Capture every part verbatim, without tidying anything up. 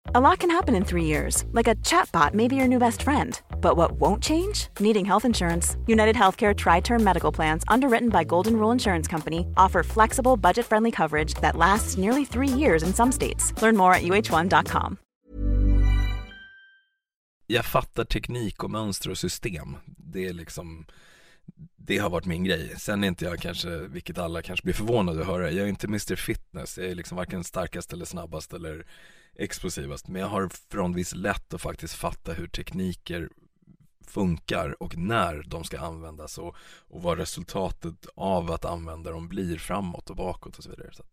A lot can happen in three years, like a chatbot may be your new best friend. But what won't change? Needing health insurance. United Healthcare Tri-Term Medical Plans, underwritten by Golden Rule Insurance Company, offer flexible, budget-friendly coverage that lasts nearly three years in some states. Learn more at u h one dot com. Jag fattar teknik och mönster och system. Det är liksom, det har varit min grej. Sen är inte jag kanske, vilket alla kanske blir förvånade att höra, jag är inte mister Fitness. Jag är liksom varken starkast eller snabbast eller explosivast. Men jag har förhållandevis lätt att faktiskt fatta hur tekniker funkar och när de ska användas och, och vad resultatet av att använda dem blir framåt och bakåt och så vidare. Så.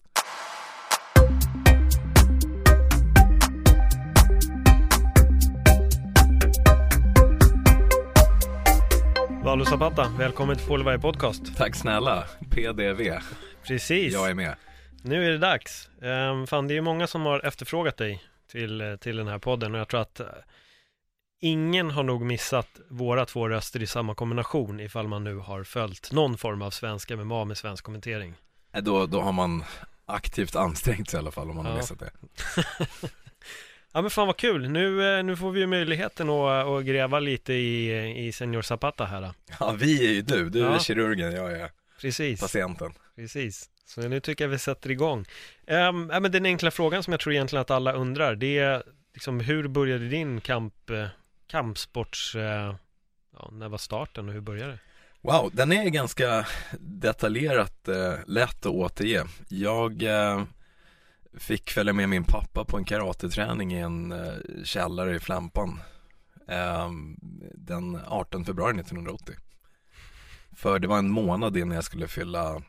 Valdo Zapata, välkommen till Polevaj Podcast. Tack snälla, P D V. Precis. Jag är med. Nu är det dags. Um, fan, det är ju många som har efterfrågat dig till, till den här podden och jag tror att uh, ingen har nog missat våra två röster i samma kombination ifall man nu har följt någon form av svensk M M A med svensk kommentering. Då, då har man aktivt ansträngt sig i alla fall om man ja. har missat det. Ja men fan vad kul, nu, nu får vi ju möjligheten att, att gräva lite i, i Senior Zapata här. Ja, vi är ju du, du ja. är kirurgen, jag är Precis. patienten. Precis, så nu tycker jag vi sätter igång. um, ja, men Den enkla frågan som jag tror egentligen att alla undrar, det är liksom, hur började din kamp, kampsports, uh, ja, när var starten och hur började det? Wow, den är ganska detaljerat uh, lätt att återge. Jag... Uh, fick följa med min pappa på en karateträning i en uh, källare i Flampan uh, den artonde februari nittonhundraåttio. För det var en månad innan jag skulle fylla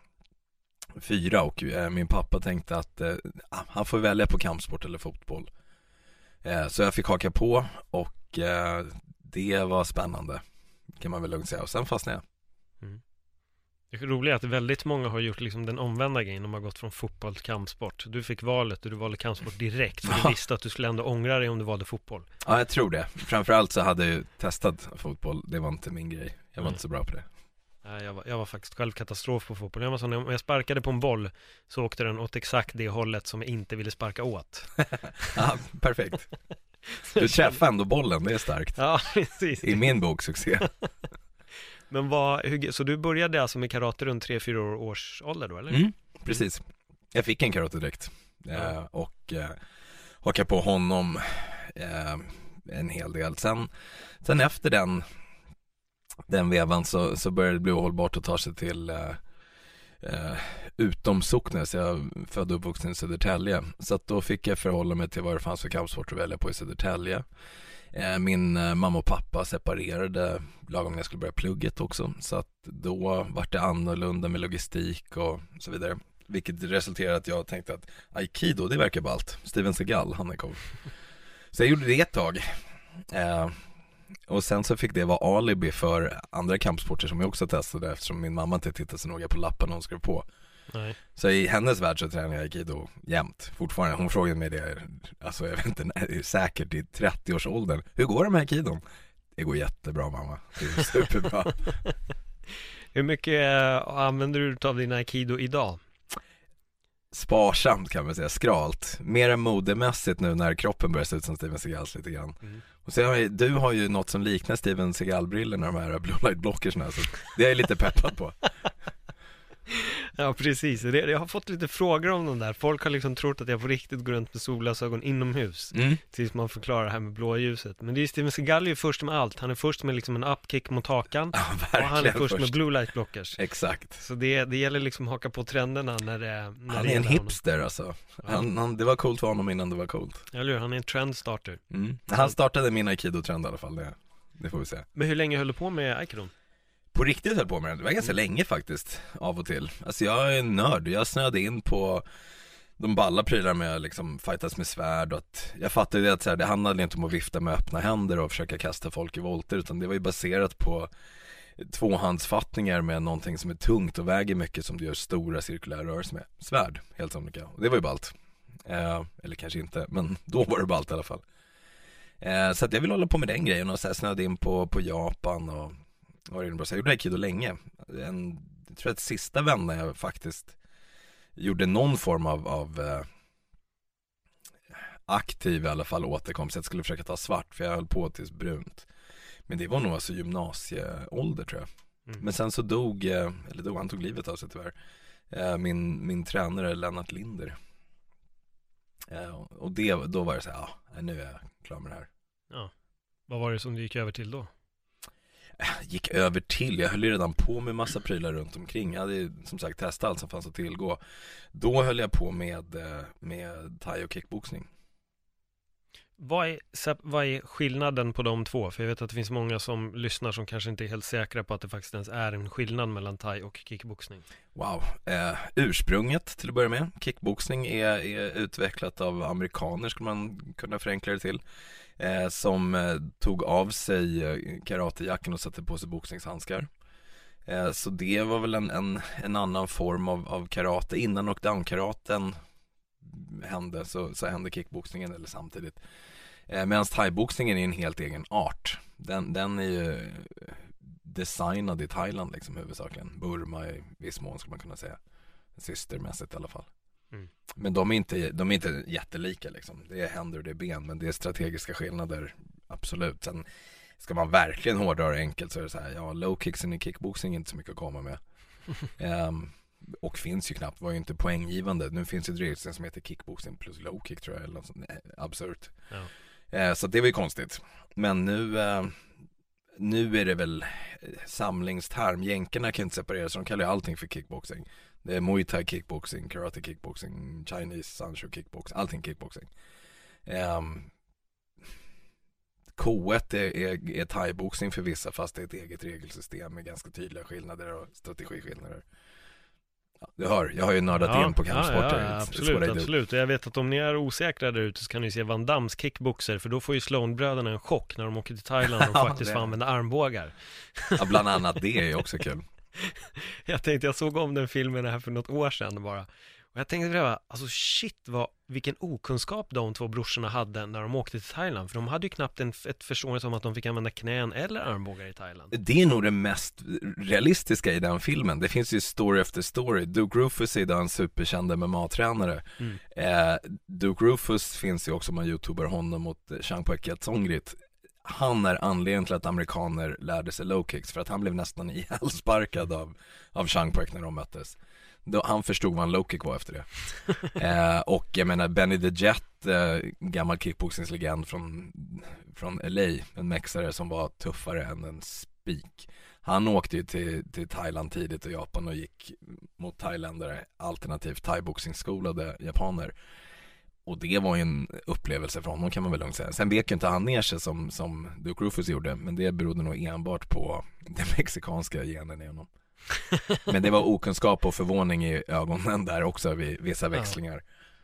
fyra och uh, min pappa tänkte att uh, han får välja på kampsport eller fotboll. Uh, så jag fick haka på och uh, det var spännande, kan man väl lugnt säga. Och sen fastnade jag. Mm. Det är roligt att väldigt många har gjort liksom den omvända grejen. De har gått från fotboll till kampsport. Du fick valet och du valde kampsport direkt. För du visste att du skulle ändå ångra dig om du valde fotboll. Ja, jag tror det. Framförallt så hade jag testat fotboll. Det var inte min grej. Jag var mm. inte så bra på det. Nej, jag, var, jag var faktiskt själv katastrof på fotboll. Jag var sån, om jag sparkade på en boll så åkte den åt exakt det hållet som jag inte ville sparka åt. Ja, perfekt. Du träffade ändå bollen, det är starkt. Ja, precis. I min bok succé. Men vad, hur, så du började alltså med karate runt tre fyra års ålder då, eller? Mm, precis. Jag fick en karate direkt ja. eh, och eh, hakade på honom eh, en hel del. Sen, sen efter den den vevan så, så började det bli ohållbart att ta sig till eh, eh, utom Socknes. Jag födde uppvuxen i Södertälje. Så att då fick jag förhålla mig till vad det fanns för kampsport att välja på i Södertälje. Min mamma och pappa separerade lagom när jag skulle börja plugget också. Så att då var det annorlunda med logistik och så vidare. Vilket resulterade att jag tänkte att Aikido, det verkar ballt. Steven Seagal, han är cool. Så jag gjorde det ett tag. eh, Och sen så fick det vara alibi för andra kampsporter som jag också testade. Eftersom min mamma inte tittade så noga på lappen hon skrev på. Nej. Så i hennes värld så tränar jag Aikido jämt fortfarande. Hon frågade mig det, alltså jag vet inte, säkert i trettio-årsåldern. Hur går det med Aikido? Det går jättebra, mamma. Det är superbra. Hur mycket äh, använder du av din Aikido idag? Sparsamt kan man säga, skralt. Mer än modemässigt nu när kroppen börjar se ut som Steven Seagals lite grann. Mm. Och så har jag, du har ju något som liknar Steven Seagal-brillorna, de här blue light blockersna, så det är jag lite peppad på. Ja, precis. Jag har fått lite frågor om de där. Folk har liksom trott att jag på riktigt går runt med solglasögon inomhus. Mm. Tills man förklarar det här med blåljuset. Men det är Steven Seagal är ju först med allt. Han är först med liksom en upkick mot hakan. Ja, och han är först, först med blue light blockers. Exakt. Så det, det gäller liksom att haka på trenderna när det, när han det är en hipster honom. Alltså. Han, han, det var coolt för honom innan det var coolt. Eller hur? Han är en trendstarter. Mm. Han startade min Aikido-trend i alla fall. Det, det får vi se. Men hur länge höll du på med Aikido? På riktigt höll på med det. Det var ganska mm. länge faktiskt, av och till. Alltså jag är en nörd. Jag snöade in på de balla prylar med att liksom fightas med svärd. Och att jag fattade det att så här, det handlade inte om att vifta med öppna händer och försöka kasta folk i volter. Utan det var ju baserat på tvåhandsfattningar med någonting som är tungt och väger mycket, som du gör stora cirkulära rörelser med. Svärd, helt sonika. Och det var ju ballt. Eh, eller kanske inte, men då var det ballt i alla fall. Eh, så att jag vill hålla på med den grejen och så här snöade in på, på Japan och var det bra. Så jag gjorde Aikido länge. En, jag tror att sista vändan jag faktiskt gjorde någon form av, av eh, aktiv i alla fall återkomst. Jag skulle försöka ta svart för jag höll på tills brunt. Men det var nog alltså gymnasieålder tror jag. Mm. Men sen så dog, eller dog, han tog livet av sig tyvärr. Min, min tränare Lennart Linder. Och det, då var det så här, ja, nu är jag klar med det här. Ja. Vad var det som du gick över till då? Gick över till, jag höll ju redan på med massa prylar runt omkring. Jag hade ju som sagt testat allt som fanns att tillgå. Då höll jag på med, med thai och kickboxning. Vad är, vad är skillnaden på de två? För jag vet att det finns många som lyssnar som kanske inte är helt säkra på att det faktiskt ens är en skillnad mellan thai och kickboxning. Wow, eh, ursprunget till att börja med. Kickboxning är, är utvecklat av amerikaner skulle man kunna förenkla det till. Eh, som eh, tog av sig eh, karatejacken och satte på sig boxningshandskar. Eh, så det var väl en, en, en annan form av, av karate. Innan knockdown-karaten hände så, så hände kickboxningen eller samtidigt. Eh, Medan thaiboxningen är en helt egen art. Den, den är ju designad i Thailand liksom huvudsakligen. Burma i viss mån skulle man kunna säga. Systermässigt i alla fall. Mm. Men de är, inte, de är inte jättelika liksom. Det är händer och det är ben, men det är strategiska skillnader absolut. Sen ska man verkligen hårdra enkelt så är det så här, ja, low kicksen i kickboxing är inte så mycket att komma med. um, och finns ju knappt, var ju inte poänggivande. Nu finns det ett regelsystem som heter kickboxing plus low kick tror jag, eller något sånt. Nej, absurt. Ja. Uh, så det var ju konstigt. Men nu uh, nu är det väl samlingsterm. Jänkarna kan inte separera, så de kallar ju allting för kickboxing. Det är Muay Thai kickboxing, karate kickboxing, Chinese Sancho kickboxing, allting kickboxing. Um, K ett är, är, är thai-boxing för vissa, fast det är ett eget regelsystem med ganska tydliga skillnader och strategiskillnader. Ja, du hör, jag har ju nördat ja, in på kampsporter. Ja, ja, absolut, absolut. Och jag vet att om ni är osäkra där ute så kan ni se Van Dams kickboxer, för då får ju Sloan-bröderna en chock när de åker till Thailand och faktiskt får använda armbågar. Ja, bland annat det är ju också kul. Jag tänkte, jag såg om den filmen här för något år sedan bara. Och jag tänkte pröva, alltså shit vad, vilken okunskap de två brorsorna hade när de åkte till Thailand. För de hade ju knappt en, ett förståelse om att de fick använda knän eller armbågar i Thailand. Det är nog det mest realistiska i den filmen. Det finns ju story efter story. Duke Rufus är idag en superkänd M M A-tränare. Mm. Eh, Duke Rufus finns ju också, man youtuber honom mot Changpek Songrit. Han är anledningen till att amerikaner lärde sig low kicks, för att han blev nästan ihjälsparkad av, av Changpek när de möttes. Då, han förstod vad en low kick var efter det. eh, och jag menar Benny the Jet, eh, gammal kickboxingslegend från, från L A, en mexare som var tuffare än en spik. Han åkte ju till, till Thailand tidigt och Japan och gick mot thailändare, alternativt thaiboxingsskolade japaner. Och det var ju en upplevelse för honom, kan man väl lugnt säga. Sen vek ju inte han ner sig som, som Duke Rufus gjorde, men det berodde nog enbart på den mexikanska genen i honom. Men det var okunskap och förvåning i ögonen där också vid vissa växlingar.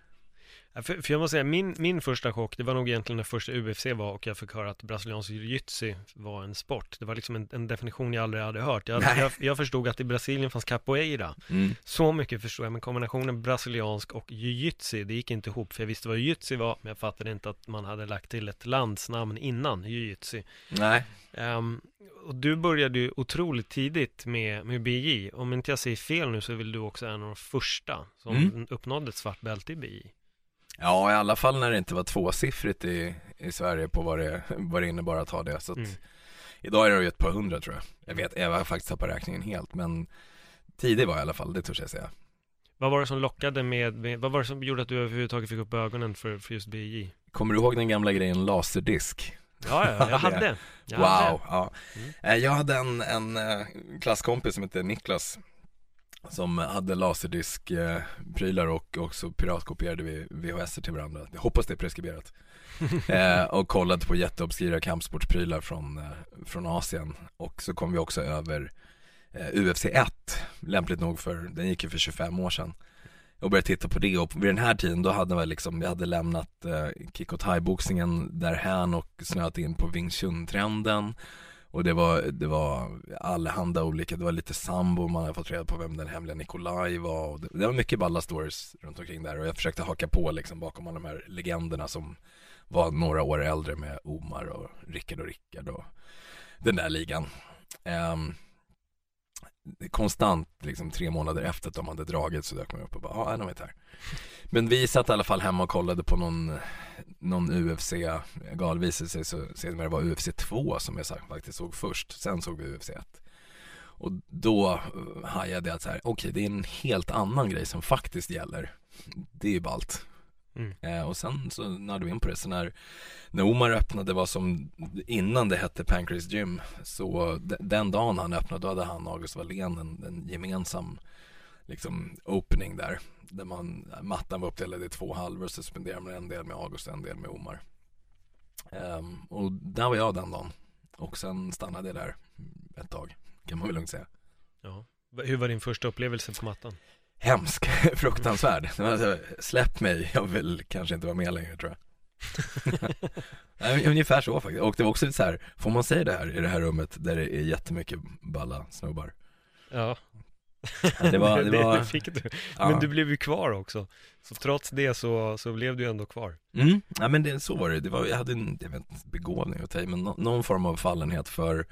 Ja, för, för jag måste säga, min, min första chock, det var nog egentligen när första U F C var och jag fick höra att brasiliansk jiu-jitsu var en sport. Det var liksom en, en definition jag aldrig hade hört. Jag, jag, jag förstod att i Brasilien fanns capoeira. Mm. Så mycket förstod jag, men kombinationen brasiliansk och jiu-jitsu, det gick inte ihop. För jag visste vad jiu-jitsu var, men jag fattade inte att man hade lagt till ett landsnamn innan jiu-jitsu. Nej. Um, och du började ju otroligt tidigt med, med B J. Om inte jag säger fel nu så vill du också en av de första som mm. uppnådde ett svart bälte i B J. Ja, i alla fall när det inte var tvåsiffrigt i, i Sverige på vad det, vad det innebar att ha det. Så att mm. idag är det ju ett par hundra tror jag. Jag vet, jag har faktiskt tappat räkningen helt, men tidigt var i alla fall, det törs jag säga. Vad var det som lockade med, med, vad var det som gjorde att du överhuvudtaget fick upp ögonen för, för just B J? Kommer du ihåg den gamla grejen laserdisk? Ja, ja, jag hade. Jag wow, hade. Ja. Mm. Jag hade en, en klasskompis som heter Niklas som hade laserdisk-prylar och också piratkopierade vi V H S till varandra. Jag hoppas det är preskriberat. eh, och kollade på jätteobskyra kampsportsprylar från, eh, från Asien. Och så kom vi också över eh, U F C ett, lämpligt nog för, den gick ju för tjugofem år sedan. Och började titta på det, och vid den här tiden då hade vi liksom, vi hade lämnat eh, kick- och thai-boxningen därhän och snöat in på Wing Chun-trenden. Och det var, det var allehanda olika, det var lite sambo, man hade fått reda på vem den hemliga Nikolaj var. Och det, det var mycket balla stories runt omkring där, och jag försökte haka på liksom bakom alla de här legenderna som var några år äldre med Omar och Rickard och Rickard och den där ligan. Um, konstant liksom tre månader efter att de hade dragit så dök man upp och bara, ja, ah, de är här. Men vi satt i alla fall hemma och kollade på någon, någon U F C. Gal visade sig så sen det var U F C två som jag faktiskt såg först. Sen såg vi U F C ett. Och då hajade jag att så här, okej, okay, det är en helt annan grej som faktiskt gäller. Det är ju ballt. Mm. Eh, och sen så närde vi in på det. Så när, när Omar öppnade, var som innan det hette Pancrase Gym, så d- den dagen han öppnade, då hade han och August Wallén en, en gemensam liksom opening där. Där man, mattan var uppdelad i två halvor, så spenderade man en del med August och en del med Omar. Um, och där var jag den dagen. Och sen stannade jag där ett tag, kan man väl lugnt säga. Ja. Hur var din första upplevelse på mattan? Hemsk, fruktansvärd. Släpp mig, jag vill kanske inte vara med längre, tror jag. Ungefär så faktiskt. Och det var också lite så här, får man säga det här i det här rummet där det är jättemycket balla snubbar? Ja. Ja, det var, det var... det fick du. Men ja. Du blev ju kvar också. Så trots det så, så blev du ändå kvar. Mm. Ja, men det, så var det. det var, jag hade en jag vet, begåvning att ta i, men no, någon form av fallenhet för...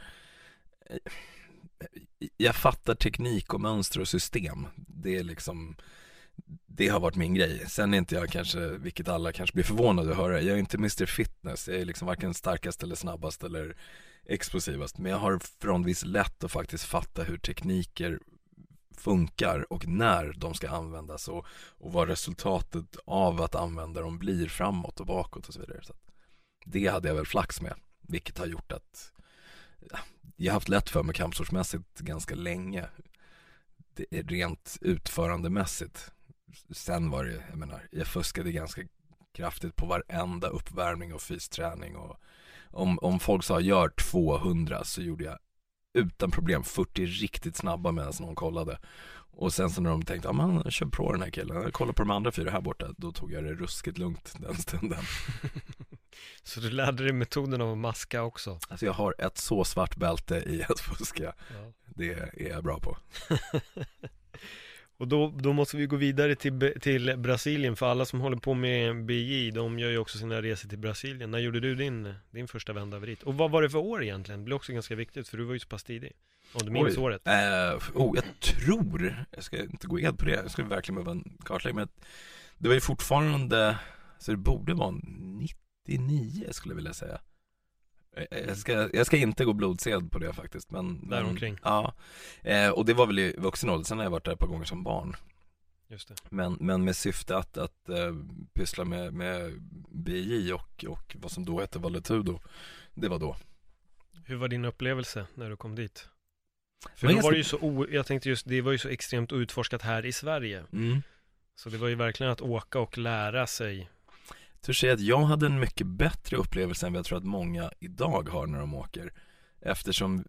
Jag fattar teknik och mönster och system. Det är liksom... Det har varit min grej. Sen är inte jag kanske, vilket alla kanske blir förvånade att höra, jag är inte mister Fitness. Jag är liksom varken starkast eller snabbast eller explosivast. Men jag har förhållandevis lätt att faktiskt fatta hur tekniker funkar och när de ska användas och, och vad resultatet av att använda dem blir framåt och bakåt och så vidare. Så det hade jag väl flax med, vilket har gjort att ja, jag har haft lätt för mig kampsportsmässigt ganska länge. Det är rent utförandemässigt. Sen var det, jag menar, jag fuskade ganska kraftigt på varenda uppvärmning och fysträning. Och om, om folk sa gör tvåhundra så gjorde jag utan problem fyrtio riktigt snabba medan någon kollade. Och sen så när de tänkte, ja man kör på den här killen, kolla på de andra fyra här borta, då tog jag det ruskigt lugnt den stunden. Så du lärde dig metoden av att maska också? Alltså jag har ett så svart bälte i att fuska. Ja. Det är jag bra på. Och då, då måste vi gå vidare till, till Brasilien, för alla som håller på med B J, de gör ju också sina resor till Brasilien. När gjorde du din, din första vända över dit? Och vad var det för år egentligen? Det blir också ganska viktigt, för du var ju så pass tidig. Om du minns Oj. året. Uh, oh, jag tror, jag ska inte gå ed på det, jag skulle verkligen behöva en kartlägg, men det var ju fortfarande, så det borde vara nittionio skulle jag vilja säga. Jag ska, jag ska inte gå blodsed på det faktiskt, men, där omkring. Ja, eh, och det var väl i vuxen ålder. Sen har jag varit där ett par gånger som barn. Just det. Men, men med syfte att, att uh, pyssla med, med B J och, och vad som då hette Valetudo. Det var då. Hur var din upplevelse när du kom dit? För då var det ju så o, jag tänkte just, det var ju så extremt outforskat här i Sverige. Mm. Så det var ju verkligen att åka och lära sig. Jag tror säga att jag hade en mycket bättre upplevelse än jag tror att många idag har när de åker. Eftersom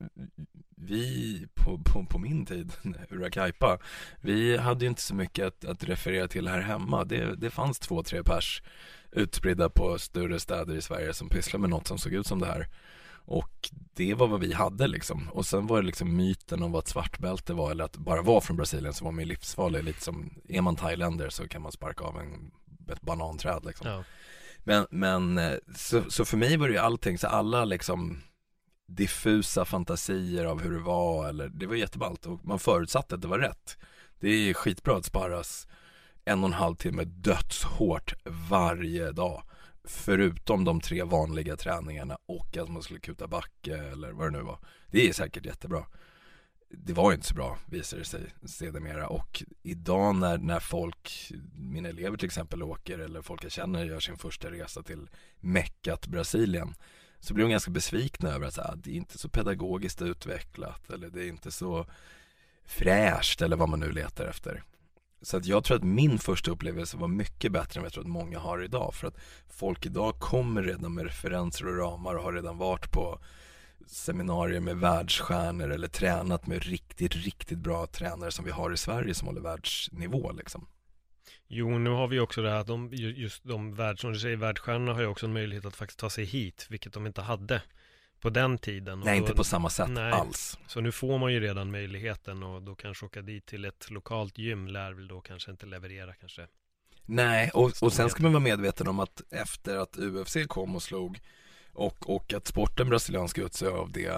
vi på, på, på min tid, Urakaipa, vi hade ju inte så mycket att, att referera till här hemma. Det, det fanns två, tre pers utspridda på större städer i Sverige som pysslade med något som såg ut som det här. Och det var vad vi hade liksom. Och sen var det liksom myten om vad ett svartbälte var, eller att bara vara från Brasilien så var man livsfarlig. Lite som, är man thailänder så kan man sparka av en, ett bananträd liksom. Ja. Men, men så, så för mig var det ju allting, så alla liksom diffusa fantasier av hur det var, eller det var jätteballt och man förutsatte att det var rätt. Det är skitbra att sparras en och en halv timme dödshårt varje dag, förutom de tre vanliga träningarna och att man skulle kuta backe eller vad det nu var. Det är säkert jättebra. Det var inte så bra, visar det sig sedermera. Och idag när, när folk, mina elever till exempel åker, eller folk jag känner gör sin första resa till Meckat, Brasilien, så blir de ganska besvikna över att ah, det är inte så pedagogiskt utvecklat, eller det är inte så fräscht, eller vad man nu letar efter. Så att jag tror att min första upplevelse var mycket bättre än jag tror att många har idag. För att folk idag kommer redan med referenser och ramar och har redan varit på seminarier med världsstjärnor eller tränat med riktigt, riktigt bra tränare som vi har i Sverige som håller världsnivå liksom. Jo, nu har vi också det här att de, just de värld, som du säger, världsstjärnorna har ju också en möjlighet att faktiskt ta sig hit, vilket de inte hade på den tiden. Nej, då, inte på samma sätt nej, alls. Så nu får man ju redan möjligheten, och då kanske åka dit till ett lokalt gym lär väl då kanske inte leverera kanske. Nej, och, och sen ska man vara medveten om att efter att U F C kom och slog och, och att sporten brasiliansk ut sig av det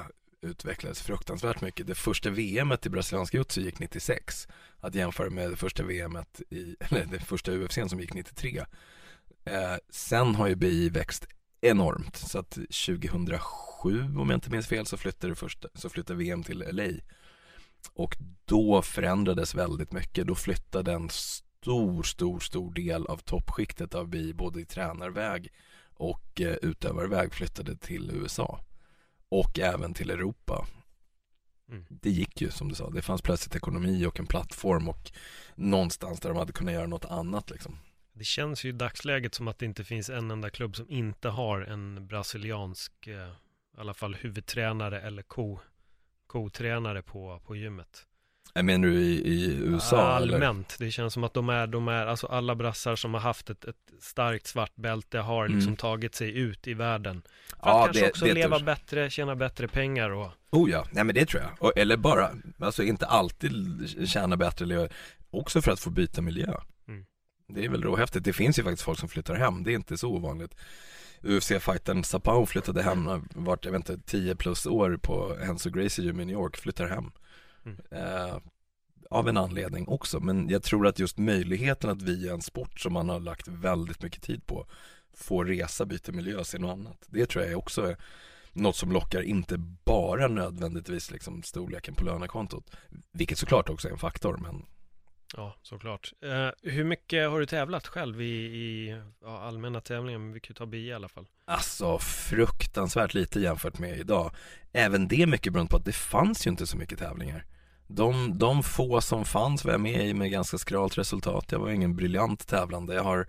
utvecklades fruktansvärt mycket. Det första V M:et i brasiliansk jiu-jitsu gick nittiosex. Att jämföra med det första V M:et i, eller det första U F C:n som gick nittiotre. Eh, sen har ju B I växt enormt. Så att tjugohundrasju, om jag inte minns fel, så flyttade, det första, så flyttade V M till L A. Och då förändrades väldigt mycket. Då flyttade en stor, stor, stor del av toppskiktet av B I, både i tränarväg och eh, utövarväg, flyttade till U S A. Och även till Europa. Mm. Det gick ju, som du sa. Det fanns plötsligt ekonomi och en plattform och någonstans där de hade kunnat göra något annat liksom. Det känns ju i dagsläget som att det inte finns en enda klubb som inte har en brasiliansk, eh, i alla fall huvudtränare eller co, co-tränare på, på gymmet. Jag menar du i, i U S A? Allmänt, eller? Det känns som att de är, de är alltså alla brassar som har haft ett, ett starkt svart bälte har liksom mm. tagit sig ut i världen. För ja, att kanske det, också det leva tror... bättre, tjäna bättre pengar och... Oh ja, nej men det tror jag. Och, eller bara, alltså inte alltid tjäna bättre, eller också för att få byta miljö. Mm. Det är väl råhäftigt. Det finns ju faktiskt folk som flyttar hem, det är inte så ovanligt. U F C-fightern Sapao flyttade hem, vart jag vet inte, tio plus år på Henso Gracie Gym i New York, flyttar hem. Mm. Eh, av en anledning också. Men jag tror att just möjligheten att via en sport som man har lagt väldigt mycket tid på få resa, byta miljö, se något annat. Det tror jag är också något som lockar, inte bara nödvändigtvis liksom storleken på lönekontot, vilket såklart också är en faktor. Men... Ja, såklart. Eh, hur mycket har du tävlat själv i, i ja, allmänna tävlingar? Men vi kan ju ta B I i alla fall. Alltså fruktansvärt lite jämfört med idag. Även det är mycket beroende på att det fanns ju inte så mycket tävlingar. De, de få som fanns var jag med i med ganska skralt resultat. Jag var ingen briljant tävlande. Jag har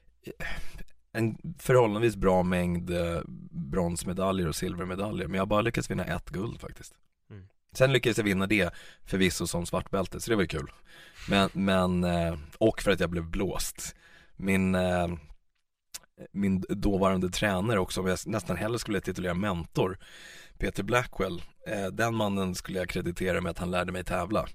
en förhållandevis bra mängd bronsmedaljer och silvermedaljer, men jag har bara lyckats vinna ett guld faktiskt. Mm. Sen lyckades jag vinna det förvisso som svartbälte, så det var ju kul. Men, men, och för att jag blev blåst. Min, min dåvarande tränare också, om jag nästan hellre skulle titulera mentor, Peter Blackwell, den mannen skulle jag kreditera med att han lärde mig tävla.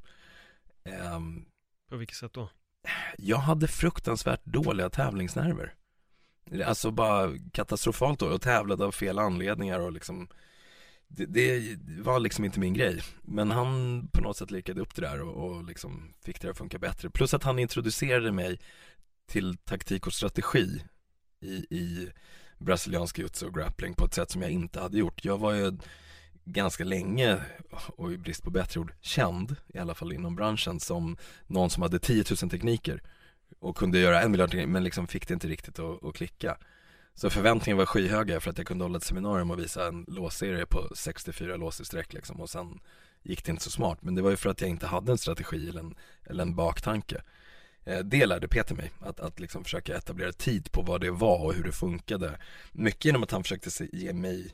På vilket sätt då? Jag hade fruktansvärt dåliga tävlingsnerver. Alltså bara katastrofalt då, och tävlade av fel anledningar och liksom det, det var liksom inte min grej. Men han på något sätt lyckades upp det där och, och liksom fick det att funka bättre. Plus att han introducerade mig till taktik och strategi i, i brasiliansk jiu-jitsu och grappling på ett sätt som jag inte hade gjort. Jag var ju ganska länge, och i brist på bättre ord, känd, i alla fall inom branschen, som någon som hade tio tusen tekniker och kunde göra en miljard tekniker, men liksom fick det inte riktigt att, att klicka. Så förväntningen var skyhöga för att jag kunde hålla ett seminarium och visa en låsserie på sextiofyra lås i sträck liksom, och sen gick det inte så smart. Men det var ju för att jag inte hade en strategi eller en, eller en baktanke. Det lärde Peter mig, att, att liksom försöka etablera tid på vad det var och hur det funkade. Mycket genom att han försökte ge mig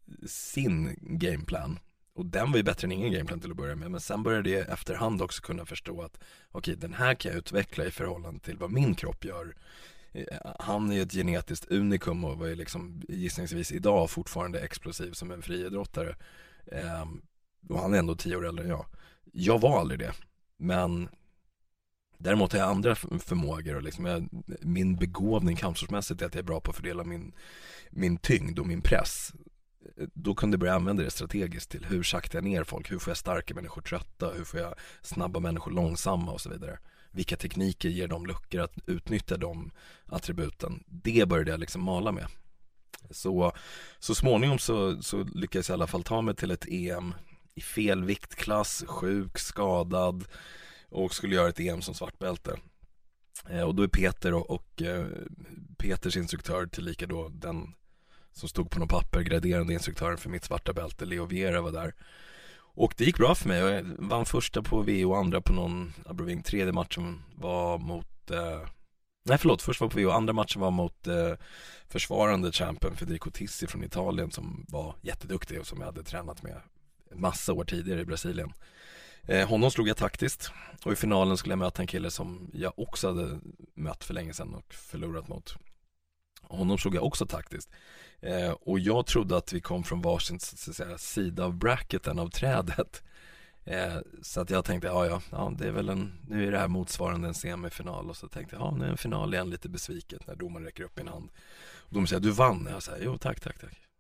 sin gameplan. Och den var ju bättre än ingen gameplan till att börja med. Men sen började jag efterhand också kunna förstå att okej, den här kan jag utveckla i förhållande till vad min kropp gör. Han är ju ett genetiskt unikum och var ju liksom gissningsvis idag fortfarande explosiv som en friidrottare. Ehm, och han är ändå tio år äldre än jag. Jag var aldrig det. Men däremot har jag andra förmågor och liksom jag, min begåvning kampsportsmässigt är att jag är bra på att fördela min, min tyngd och min press. Då kunde jag börja använda det strategiskt till hur saktar jag ner folk, hur får jag starka människor trötta, hur får jag snabba människor långsamma och så vidare. Vilka tekniker ger dem luckor att utnyttja de attributen. Det började jag liksom mala med. Så, så småningom så, så lyckades jag i alla fall ta mig till ett E M i fel viktklass, sjuk, skadad, och skulle göra ett E M som svartbälte. Eh, och då är Peter och, och eh, Peters instruktör tillika då den som stod på någon papper, graderande instruktören för mitt svarta bälte, Leo Vieira, var där. Och det gick bra för mig. Jag vann första på V O och andra på någon abroving. Tredje matchen var mot eh, nej förlåt, först var på V O, andra matchen var mot eh, försvarande champion Federico Tissi från Italien, som var jätteduktig och som jag hade tränat med en massa år tidigare i Brasilien. Eh, honom slog jag taktiskt, och i finalen skulle jag möta en kille som jag också hade mött för länge sedan och förlorat mot. Honom slog jag också taktiskt. Eh, och jag trodde att vi kom från varsin så att säga, sida av bracketen, av trädet. Eh, så att jag tänkte, ja, ja, ja det är väl en, nu är det här motsvarande en semifinal. Och så tänkte jag, ja, nu är en final igen, lite besviket när domaren räcker upp min hand. Och de säger, du vann. Jag säger, jo tack, tack, tack.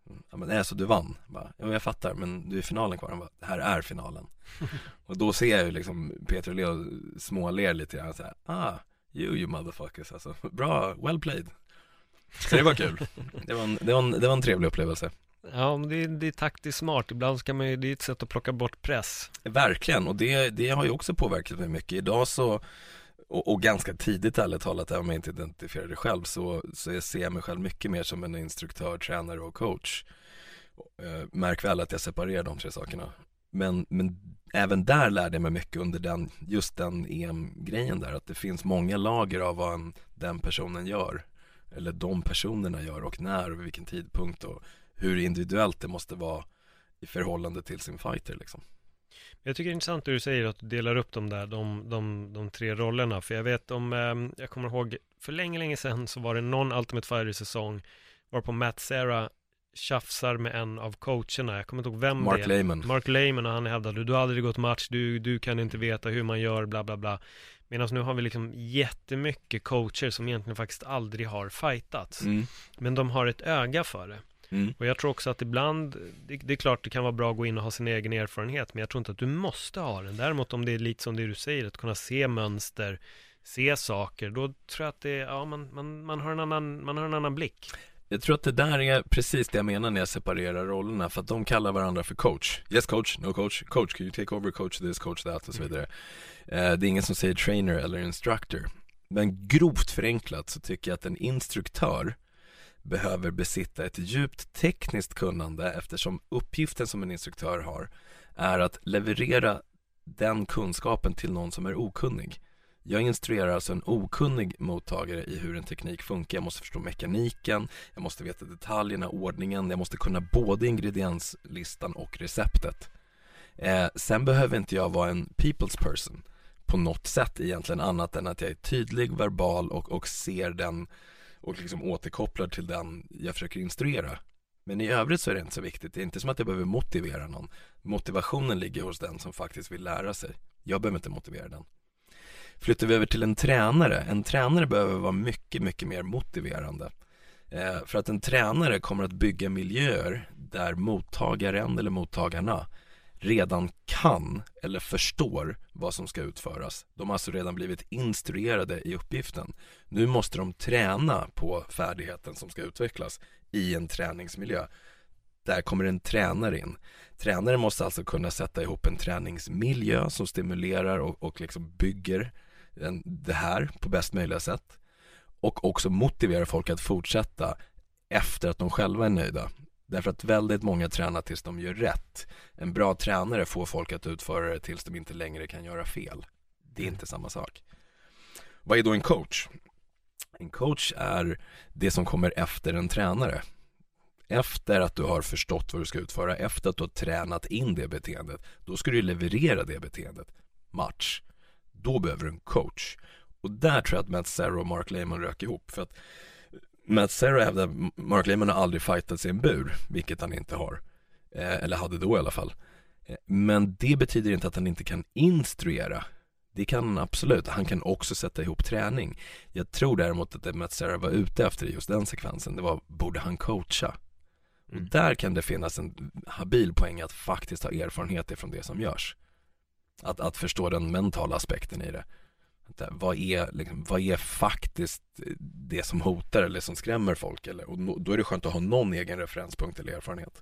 Ja, men nej, så du vann. Bara, ja, jag fattar, men du är i finalen kvar. Han bara, det här är finalen. Och då ser jag ju liksom Peter och Leo småler lite grann så här, ah, you you motherfuckers, alltså, bra, well played. Så det var kul. Det var en, det var en, det var en trevlig upplevelse. Ja, men det, det är taktiskt smart. Ibland ska man ju, det är ett sätt att plocka bort press. Verkligen, och det, det har ju också påverkat mig mycket. Idag så, och, och ganska tidigt ärligt talat, även om jag inte identifierar det själv, så, så jag ser jag mig själv mycket mer som en instruktör, tränare och coach. Märk väl att jag separerar de tre sakerna. Men, men även där lärde jag mig mycket under den, just den E M-grejen där, att det finns många lager av vad en, den personen gör, eller de personerna gör, och när och vid vilken tidpunkt, och hur individuellt det måste vara i förhållande till sin fighter liksom. Jag tycker det är intressant att du säger att du delar upp de där, de, de, de tre rollerna, för jag vet om, eh, jag kommer ihåg för länge, länge sedan så var det någon Ultimate Fighter-säsong varpå Matt Serra tjafsar med en av coacherna, jag kommer inte ihåg vem Mark det är. Lehman. Mark Lehman, och han hävdade, du har aldrig gått match, du, du kan inte veta hur man gör, bla bla bla. Medan nu har vi liksom jättemycket coacher som egentligen faktiskt aldrig har fightats. Mm. Men de har ett öga för det. Mm. Och jag tror också att ibland, det, det är klart det kan vara bra att gå in och ha sin egen erfarenhet, men jag tror inte att du måste ha den. Däremot om det är lite som det du säger, att kunna se mönster, se saker, då tror jag att det, ja, man, man, man, har en annan, man har en annan blick. Jag tror att det där är precis det jag menar när jag separerar rollerna, för att de kallar varandra för coach. Yes coach, no coach, coach, can you take over, coach this, coach that och så vidare. Eh, det är ingen som säger trainer eller instructor. Men grovt förenklat så tycker jag att en instruktör behöver besitta ett djupt tekniskt kunnande, eftersom uppgiften som en instruktör har är att leverera den kunskapen till någon som är okunnig. Jag instruerar alltså en okunnig mottagare i hur en teknik funkar. Jag måste förstå mekaniken, jag måste veta detaljerna, ordningen, jag måste kunna både ingredienslistan och receptet. Eh, sen behöver inte jag vara en people's person på något sätt egentligen, annat än att jag är tydlig, verbal och, och ser den och liksom återkopplar till den jag försöker instruera. Men i övrigt så är det inte så viktigt. Det är inte som att jag behöver motivera någon. Motivationen ligger hos den som faktiskt vill lära sig. Jag behöver inte motivera den. Flyttar vi över till en tränare. En tränare behöver vara mycket, mycket mer motiverande. Eh, för att en tränare kommer att bygga miljöer där mottagaren eller mottagarna redan kan eller förstår vad som ska utföras. De har alltså redan blivit instruerade i uppgiften. Nu måste de träna på färdigheten som ska utvecklas i en träningsmiljö. Där kommer en tränare in. Tränaren måste alltså kunna sätta ihop en träningsmiljö som stimulerar och, och liksom bygger en, det här på bäst möjliga sätt. Och också motiverar folk att fortsätta efter att de själva är nöjda. Därför att väldigt många tränar tills de gör rätt. En bra tränare får folk att utföra det tills de inte längre kan göra fel. Det är inte samma sak. Vad är då en coach? En coach är det som kommer efter en tränare. Efter att du har förstått vad du ska utföra, efter att du har tränat in det beteendet, då ska du leverera det beteendet. Match. Då behöver du en coach. Och där tror jag att Matt Serra och Mark Lehman rök ihop. För att Matt Serra hävdar att Mark Lehman har aldrig fightat sig i en bur, vilket han inte har. Eh, eller hade då i alla fall. Eh, men det betyder inte att han inte kan instruera. Det kan han absolut. Han kan också sätta ihop träning. Jag tror däremot att det Matt Serra var ute efter just den sekvensen, det var, borde han coacha? Mm. Och där kan det finnas en habil poäng att faktiskt ha erfarenhet ifrån det som görs. Att, att förstå den mentala aspekten i det. Vad är, liksom, vad är faktiskt det som hotar eller som skrämmer folk? Eller, och då är det skönt att ha någon egen referenspunkt eller erfarenhet.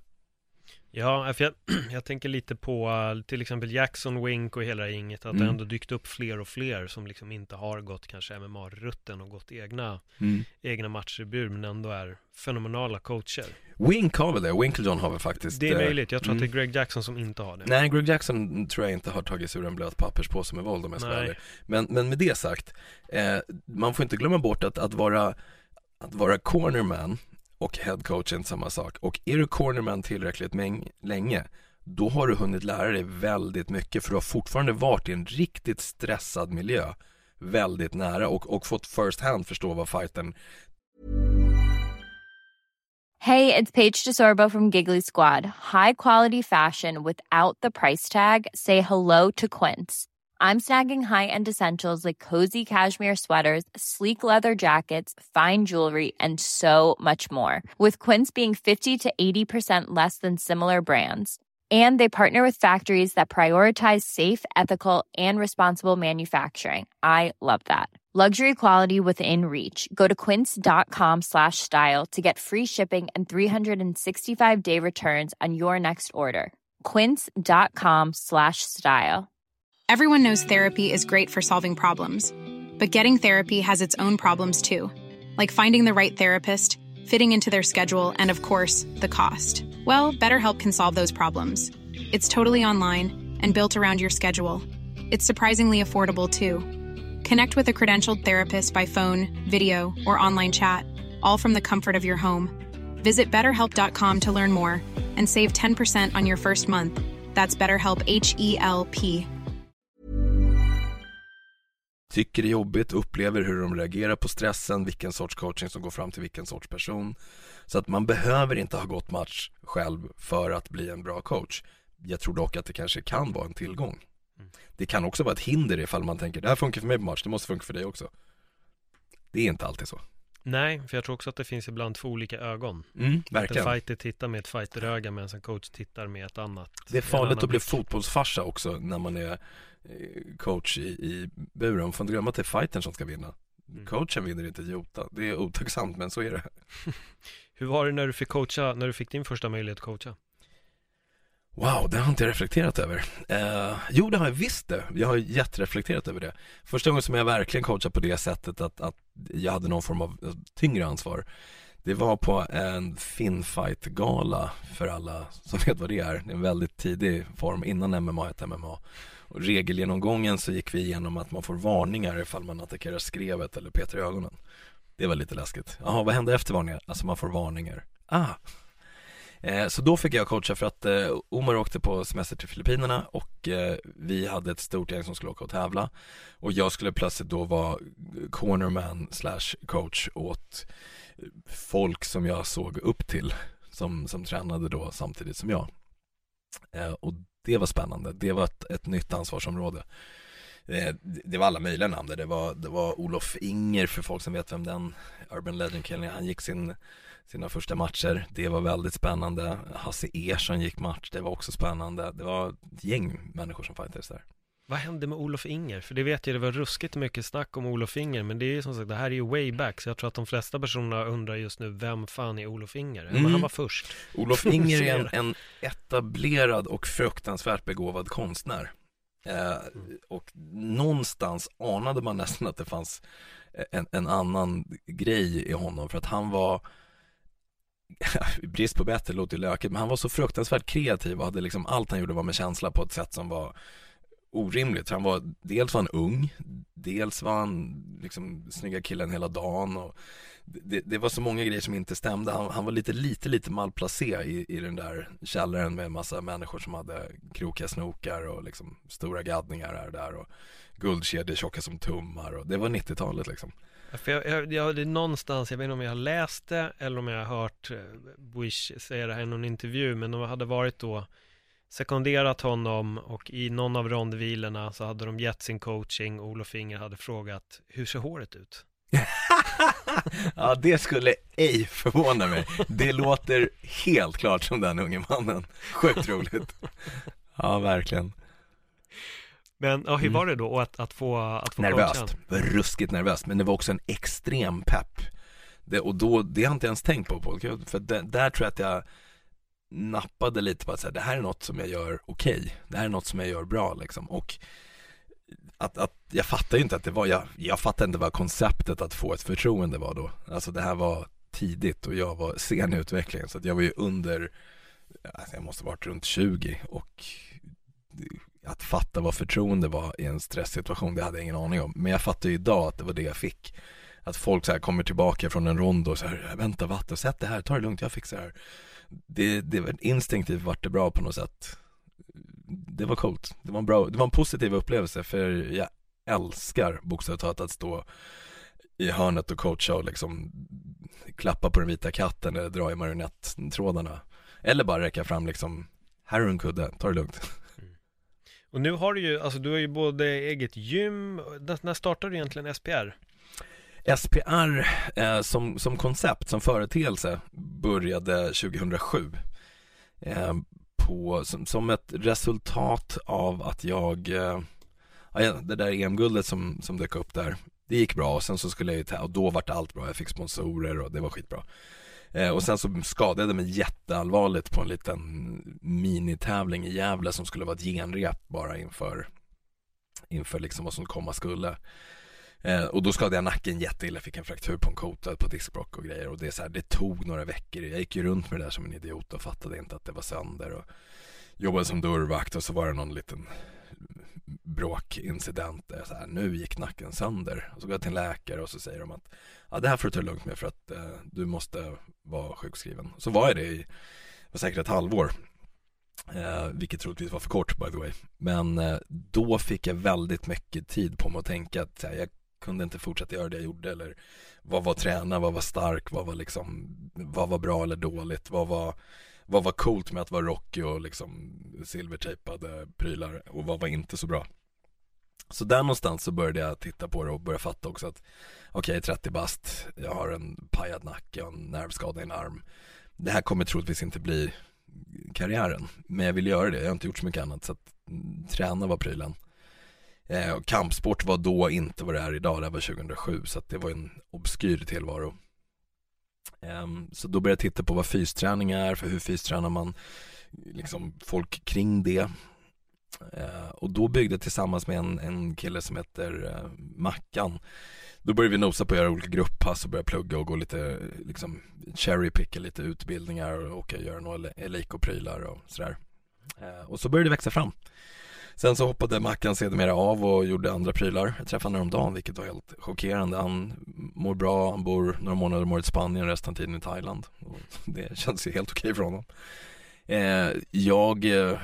Ja, för jag, jag tänker lite på till exempel Jackson, Wink och hela inget, att mm. det ändå dykt upp fler och fler som liksom inte har gått kanske M M A-rutten och gått egna, mm. egna matcher i bur, men ändå är fenomenala coacher. Wink har väl det, Winklejohn har väl faktiskt... Det är möjligt, jag tror mm. att det är Greg Jackson som inte har det. Nej, Greg Jackson tror jag inte har tagit sig ur en blöt papperspåse med våld om jag ska vara ärlig. Men, men med det sagt, eh, man får inte glömma bort att, att vara att vara cornerman och headcoach är inte samma sak. Och är du cornerman tillräckligt mäng- länge, då har du hunnit lära dig väldigt mycket, för du har fortfarande varit i en riktigt stressad miljö väldigt nära och, och fått first hand förstå vad fighten. Hey, it's Paige DeSorbo from Giggly Squad. High quality fashion without the price tag. Say hello to Quince. I'm snagging high-end essentials like cozy cashmere sweaters, sleek leather jackets, fine jewelry, and so much more. With Quince being fifty to eighty percent less than similar brands. And they partner with factories that prioritize safe, ethical, and responsible manufacturing. I love that. Luxury quality within reach. Go to quince.com slash style to get free shipping and three sixty-five day returns on your next order. Quince.com slash style. Everyone knows therapy is great for solving problems. But getting therapy has its own problems too. Like finding the right therapist, fitting into their schedule, and of course, the cost. Well, BetterHelp can solve those problems. It's totally online and built around your schedule. It's surprisingly affordable too. Connect with a credentialed therapist by phone, video, or online chat, all from the comfort of your home. Visit better help dot com to learn more and save ten percent on your first month. That's BetterHelp, H E L P. Tycker det är jobbigt, upplever hur de reagerar på stressen, vilken sorts coaching som går fram till vilken sorts person. Så att man behöver inte ha gått match själv för att bli en bra coach. Jag tror dock att det kanske kan vara en tillgång. Det kan också vara ett hinder ifall man tänker, det här funkar för mig på match, det måste funka för dig också. Det är inte alltid så. Nej, för jag tror också att det finns ibland två olika ögon. Mm, verkligen. Att en fighter tittar med ett fighteröga medan en coach tittar med ett annat. Det är farligt att bli fotbollsfarsa också när man är coach i, i buren. Får inte glömma att det är fightern som ska vinna. Mm. Coachen vinner inte Jota. Det är otacksamt, men så är det. Hur var det när du fick coacha, när du fick din första möjlighet att coacha? Wow, det har inte jag reflekterat över. Eh, jo, det har jag visst det. Jag har jättereflekterat över det. Första gången som jag verkligen coachade på det sättet att, att jag hade någon form av tyngre ansvar, det var på en Finfight-gala för alla som vet vad det är. Det är en väldigt tidig form innan M M A ett M M A. Och regelgenomgången så gick vi igenom att man får varningar ifall man attackerar skrevet eller petar i ögonen. Det var lite läskigt. Jaha, vad händer efter varningar? Alltså man får varningar. Ah! Eh, så då fick jag coacha för att eh, Omar åkte på semester till Filippinerna och eh, vi hade ett stort gäng som skulle åka och tävla. Och jag skulle plötsligt då vara cornerman slash coach åt folk som jag såg upp till som, som tränade då samtidigt som jag. Eh, och det var spännande. Det var ett, ett nytt ansvarsområde. Eh, det var alla möjliga namn. Det var, det var Olof Inger, för folk som vet vem den Urban Legend killen. Han gick sin, sina första matcher. Det var väldigt spännande. Hasse Ersson gick match. Det var också spännande. Det var ett gäng människor som fightades där. Vad hände med Olof Inger? För det vet jag, det var ruskigt mycket snack om Olof Inger, men det är ju som sagt, det här är ju way back, så jag tror att de flesta personerna undrar just nu, vem fan är Olof Inger? Mm. Men han var först. Olof Inger är en, en etablerad och fruktansvärt begåvad konstnär. Eh, och någonstans anade man nästan att det fanns en, en annan grej i honom, för att han var, brist på bättre låter ju lökigt, men han var så fruktansvärt kreativ och hade liksom, allt han gjorde var med känsla på ett sätt som var orimligt. Han var, dels var han ung, dels var han liksom snygga killen hela dagen, och det, det var så många grejer som inte stämde. Han, han var lite lite lite malplacerad i, i den där källaren med en massa människor som hade krokiga snokar och liksom stora gaddningar här och där och guldkedjor tjocka som tummar, och det var nittiotalet liksom. För jag, jag, jag, det är någonstans, jag vet inte om jag har läst det eller om jag har hört Bush säga det här i någon intervju, men de hade varit då sekunderat honom, och i någon av rondvilerna så hade de gett sin coaching, och Olof Inger hade frågat, hur ser håret ut? Ja, det skulle ej förvåna mig. Det låter helt klart som den unge mannen. Sjukt roligt. Ja, verkligen. Men ja, hur var det då att, att få, att få nervöst, coacha? var ruskigt nervöst, men det var också en extrem pepp. Det, och då, det har jag inte ens tänkt på, på för det, där tror jag att jag nappade lite på att säga, det här är något som jag gör okej. Okay. Det här är något som jag gör bra liksom. Och att, att jag fattar ju inte att det var, jag, jag fattar inte vad konceptet att få ett förtroende var då. Alltså det här var tidigt och jag var sen i utvecklingen, så att jag var ju under, alltså jag måste ha varit runt tjugo, och att fatta vad förtroende var i en stresssituation, det hade jag ingen aning om. Men jag fattar ju idag att det var det jag fick. Att folk så här kommer tillbaka från en rond och så här, vänta vatten, sätt det här, ta det lugnt, jag fixar det här. Det, det var instinktivt vart det bra på något sätt. Det var coolt. Det var en bra, det var en positiv upplevelse, för jag älskar bokstavligt talat att stå i hörnet och coacha och liksom klappa på den vita katten eller dra i marionettrådarna, eller bara räcka fram liksom, här är en kudde, ta det lugnt. Mm. Och nu har du ju, alltså du har ju både eget gym, när, när startade du egentligen S P R? S P R eh, som, som koncept, som företeelse började tjugohundrasju eh, på, som, som ett resultat av att jag, eh, ja, det där E M-guldet som, som dök upp där, det gick bra och sen så skulle jag ju ta, och då var det allt bra, jag fick sponsorer och det var skitbra. Eh, och sen så skadade jag mig jätteallvarligt på en liten minitävling i Gävle som skulle vara ett genrep bara inför, inför liksom vad som komma skulle. Eh, och då skadade jag nacken jätteilla, fick en fraktur på en kota på diskbråck och grejer. Och det, är så här, det tog några veckor, jag gick ju runt med det där som en idiot och fattade inte att det var sönder. Och jobbade som dörrvakt och så var det någon liten bråkincident där så här, nu gick nacken sönder. Och så går jag till en läkare och så säger de att ja, det här får du ta lugnt med för att eh, du måste vara sjukskriven. Så var jag det i var säkert ett halvår. Eh, vilket troligtvis var för kort by the way. Men eh, då fick jag väldigt mycket tid på mig att tänka att här, jag kunde inte fortsätta göra det jag gjorde. Eller vad var träna, vad var stark, vad var liksom, vad var bra eller dåligt, vad var, vad var coolt med att vara rocky och liksom silvertejpade prylar och vad var inte så bra. Så där någonstans så började jag titta på det och börja fatta också att okej, okay, trettio bast, jag har en pajad nacke och en nervskada i en arm. Det här kommer troligtvis inte bli karriären, men jag vill göra det. Jag har inte gjort så mycket annat, så att träna var prylen. Eh, och kampsport var då inte vad det är idag, det var tjugohundrasju, så att det var en obskyr tillvaro. Eh, så då började jag titta på vad fysträning är, för hur fystränar man liksom folk kring det. Eh, och då byggde jag tillsammans med en, en kille som heter eh, Mackan. Då började vi nosa på att göra olika grupppass och börja plugga och gå lite liksom cherrypicka lite utbildningar och åka och göra några elikoprylar och sådär. Eh, och så började det växa fram. Sen så hoppade Mackan sedermera av och gjorde andra prylar. Jag träffade honom häromdagen, vilket var helt chockerande. Han mår bra, han bor några månader om året i Spanien, resten av tiden i Thailand. Och det känns ju helt okej för honom. Eh, jag eh,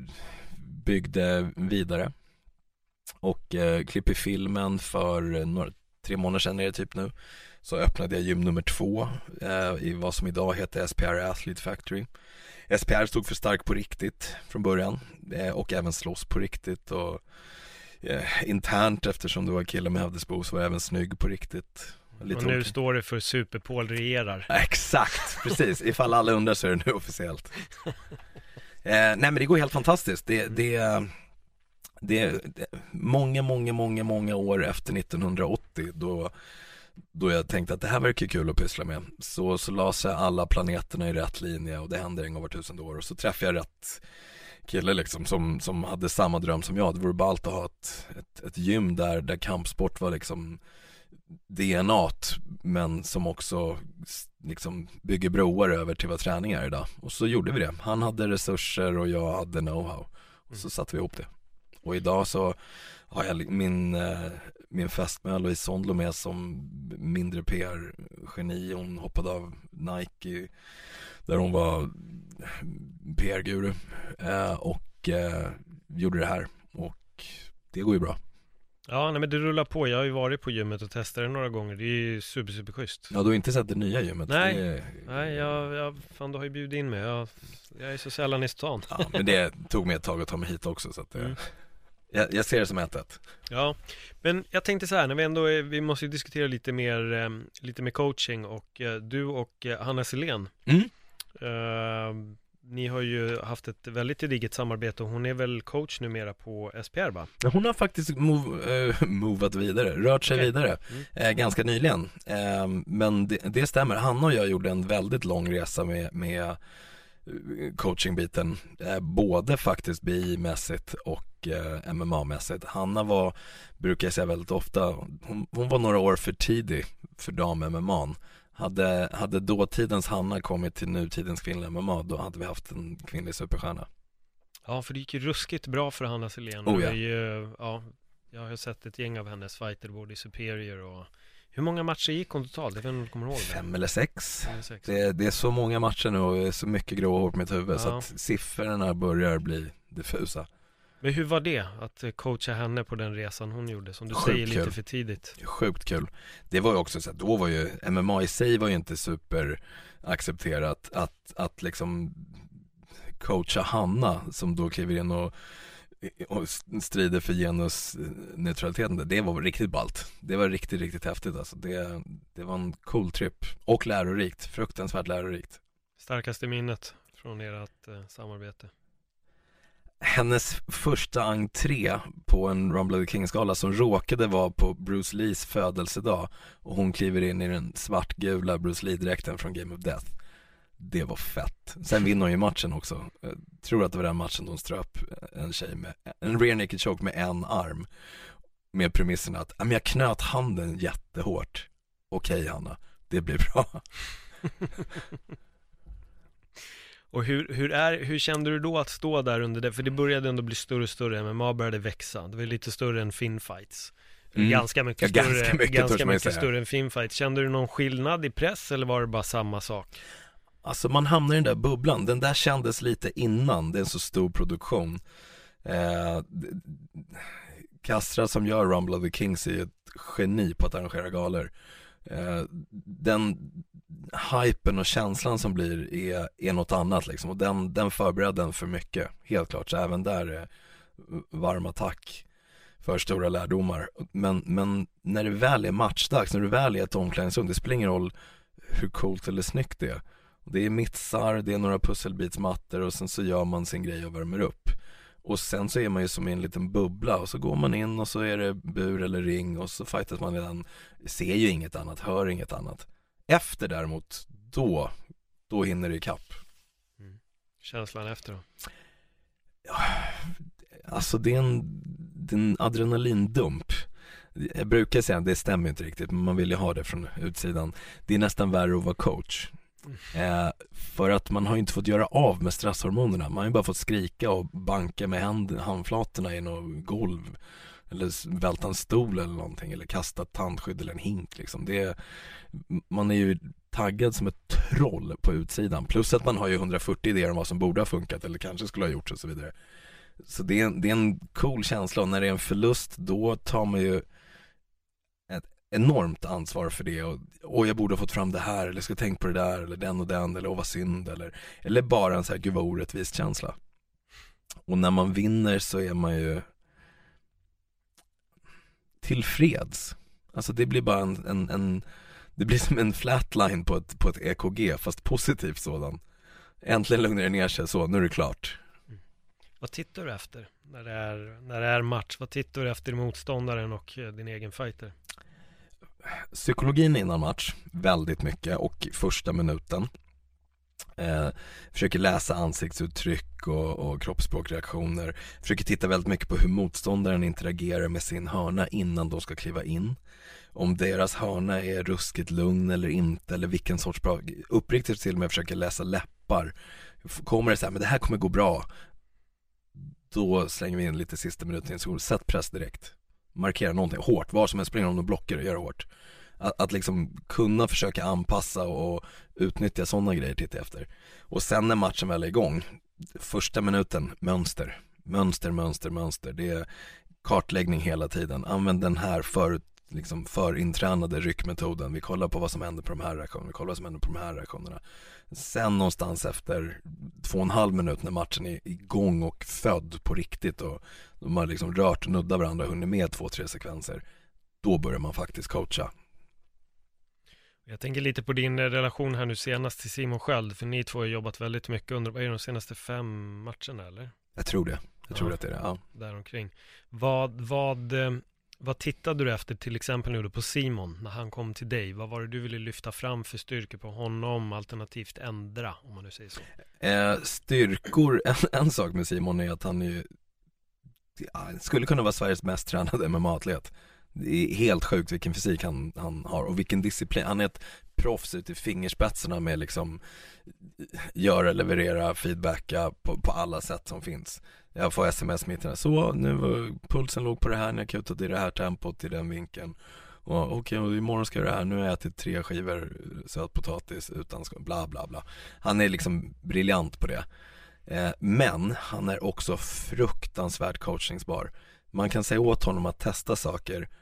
byggde vidare och eh, klipp filmen för några, tre månader sedan är det typ nu. Så öppnade jag gym nummer två eh, i vad som idag heter S P R Athlete Factory. S P R stod för stark på riktigt från början eh, och även slåss på riktigt och eh, internt, eftersom det var kille med hävdesbo, så var jag även snygg på riktigt. Lite och nu ok. står det för Superpol regerar. Exakt, precis. Ifall alla undrar så är det nu officiellt. eh, nej men det går helt fantastiskt. Det, det, det, det många, många, många, många år efter nittonhundraåttio då Då jag tänkte att det här verkar kul att pyssla med. Så, så la sig alla planeterna i rätt linje och det händer en gång var tusende år. Och så träffade jag rätt kille liksom som, som hade samma dröm som jag. Det vore bara allt att ha ett, ett, ett gym där, där kampsport var liksom D N A-t, men som också liksom bygger broar över till vad träning är idag. Och så gjorde vi det. Han hade resurser och jag hade know-how. Och så satte vi ihop det. Och idag så har jag min, min fästmö Louise Sondlo med som mindre P R-geni. Hon hoppade av Nike där hon var P R-guru och gjorde det här. Och det går ju bra. Ja, nej, men det rullar på. Jag har ju varit på gymmet och testat det några gånger. Det är ju super, super schysst. Ja, du har inte sett det nya gymmet? Nej, det är... nej jag, jag, fan, du har ju bjudit in mig. Jag, jag är så sällan i stan. Ja, men det tog mig ett tag att ta mig hit också. Så att det... mm. jag, jag ser det som ätet. Ja, men jag tänkte så här, när vi ändå är, vi måste ju diskutera lite mer, eh, lite mer coaching. Och eh, du och eh, Hanna Selén. Mm. Eh, Ni har ju haft ett väldigt gediget samarbete och hon är väl coach numera på S P R, va? Hon har faktiskt move, uh, movat vidare, rört sig okay. vidare mm. eh, ganska nyligen. Eh, men det, det stämmer, Hanna och jag gjorde en väldigt lång resa med, med coachingbiten. Eh, både faktiskt B I-mässigt och eh, M M A-mässigt. Hanna var, brukar jag säga väldigt ofta, hon, hon var några år för tidig för dam-M M A. Hade, hade dåtidens Hanna kommit till nutidens kvinnliga M M A, då hade vi haft en kvinnlig superstjärna. Ja, för det gick ju ruskigt bra för Hanna Selén. Oh, ja. Ju, ja, jag har sett ett gäng av hennes fighter både i Superior och... Hur många matcher gick hon totalt? Jag vet inte om du kommer ihåg det. Fem eller sex. Fem eller sex. Det, det är så många matcher nu och så mycket grå hår på mitt huvud, ja. Så att siffrorna börjar bli diffusa. Men hur var det att coacha henne på den resan hon gjorde, som du Sjukt säger lite kul. för tidigt? Sjukt kul. Det var ju också så att då var ju M M A i sig var ju inte super accepterat. Att, att liksom coacha Hanna som då kliver in och och strider för genusneutraliteten. Det var riktigt ballt. Det var riktigt, riktigt häftigt alltså. det, det var en cool trip och lärorikt, fruktansvärt lärorikt. Starkaste minnet från ert eh, samarbete? Hennes första entré på en Rumble of the Kings-gala som råkade vara på Bruce Lees födelsedag, och hon kliver in i den svartgula Bruce Lee-dräkten från Game of Death. Det var fett. Sen vinner hon ju matchen också. Jag tror att det var den matchen hon ströp en tjej med en rear naked choke med en arm, med premissen att jag knöt handen jättehårt. Okej Hanna, det blir bra. Och hur, hur, är, hur kände du då att stå där under det? För det började ändå bli större och större, M M A började växa. Det var lite större än Finfights. Mm. Ganska mycket, ja, större, ganska mycket, ganska mycket större än Finfights. Kände du någon skillnad i press eller var det bara samma sak? Alltså man hamnar i den där bubblan. Den där kändes lite innan. Det är en så stor produktion. Eh, Kastra som gör Rumble of the Kings är ju ett geni på att arrangera galor. Eh, den hypen och känslan som blir är, är något annat liksom. Och den, den förbereder den för mycket. Helt klart, så även där är varm attack för stora lärdomar. Men, men när det väl är matchdags, när det väl är ett omklädningsrum, det spelar ingen roll hur coolt eller snyggt det är. Det är mittsar, det är några pusselbitsmattor och sen så gör man sin grej och värmer upp. Och sen så är man ju som i en liten bubbla och så går man in och så är det bur eller ring och så fightas man redan, ser ju inget annat, hör inget annat. Efter däremot, då, då hinner det ikapp. Mm. Känslan efter då? Ja, alltså det är en, det är en adrenalindump. Jag brukar säga, det stämmer inte riktigt, men man vill ju ha det från utsidan. Det är nästan värre att vara coach. Eh, för att man har ju inte fått göra av med stresshormonerna. Man har ju bara fått skrika och banka med hand, handflatorna i något golv eller välta en stol eller någonting, eller kasta ett tandskydd eller en hink liksom. Det är, man är ju taggad som ett troll på utsidan, plus att man har ju hundrafyrtio idéer om vad som borde ha funkat eller kanske skulle ha gjorts och så vidare. Så det är, det är en cool känsla, och när det är en förlust då tar man ju ett enormt ansvar för det, och, och jag borde ha fått fram det här, eller ska tänka på det där, eller den och den, eller vad synd, eller, eller bara en så här gud vad orättvist känsla. Och när man vinner så är man ju tillfreds. Alltså det blir bara en, en, en det blir som en flatline på ett, på ett E K G, fast positivt sådan. Äntligen lugnar det ner sig, så nu är det klart. Mm. Vad tittar du efter när det är, när det är match? Vad tittar du efter motståndaren och din egen fighter? Psykologin innan match, väldigt mycket, och första minuten. Eh, försöker läsa ansiktsuttryck och, och kroppsspråkreaktioner. Försöker titta väldigt mycket på hur motståndaren interagerar med sin hörna innan de ska kliva in. Om deras hörna är ruskigt lugn eller inte, eller vilken sorts bra. Uppriktigt till och med försöker läsa läppar. Kommer det så här, men det här kommer gå bra, då slänger vi in lite sista minuten. Så sätt press direkt. Markera någonting hårt, var som helst, springer om de blockar och gör hårt. Att, att liksom kunna försöka anpassa och utnyttja sådana grejer titta efter. Och sen när matchen väl är igång, första minuten, mönster. Mönster, mönster, mönster. Det är kartläggning hela tiden. Använd den här för, liksom förintränade ryckmetoden. Vi kollar på vad som händer på de här reaktionerna. Vi kollar vad som händer på de här reaktionerna. Sen någonstans efter två och en halv minut när matchen är igång och född på riktigt och de har liksom rört och nuddat varandra och hunnit med två, tre sekvenser, då börjar man faktiskt coacha. Jag tänker lite på din relation här nu senast till Simon Sköld, för ni två har jobbat väldigt mycket under, vad är det, de senaste fem matcherna eller? Jag tror det, jag tror ja, att det är det, ja. Däromkring. Vad, vad, vad tittade du efter till exempel nu då på Simon när han kom till dig? Vad var det du ville lyfta fram för styrkor på honom, alternativt ändra, om man nu säger så? Eh, styrkor, en, en sak med Simon är att han är, ja, skulle kunna vara Sveriges mest tränade M M A-atlet. Det är helt sjukt vilken fysik han, han har och vilken disciplin. Han är ett proffs ut i fingerspetsarna med liksom göra, leverera, feedbacka på, på alla sätt som finns. Jag får sms mitt så nu var pulsen låg på det här när jag kutade i det här tempot i den vinkeln. Och okej, okay, imorgon ska jag göra det här. Nu har jag ätit tre skivor sötpotatis utan skål, bla bla bla. Han är liksom briljant på det. Eh, men han är också fruktansvärt coachningsbar. Man kan säga åt honom att testa saker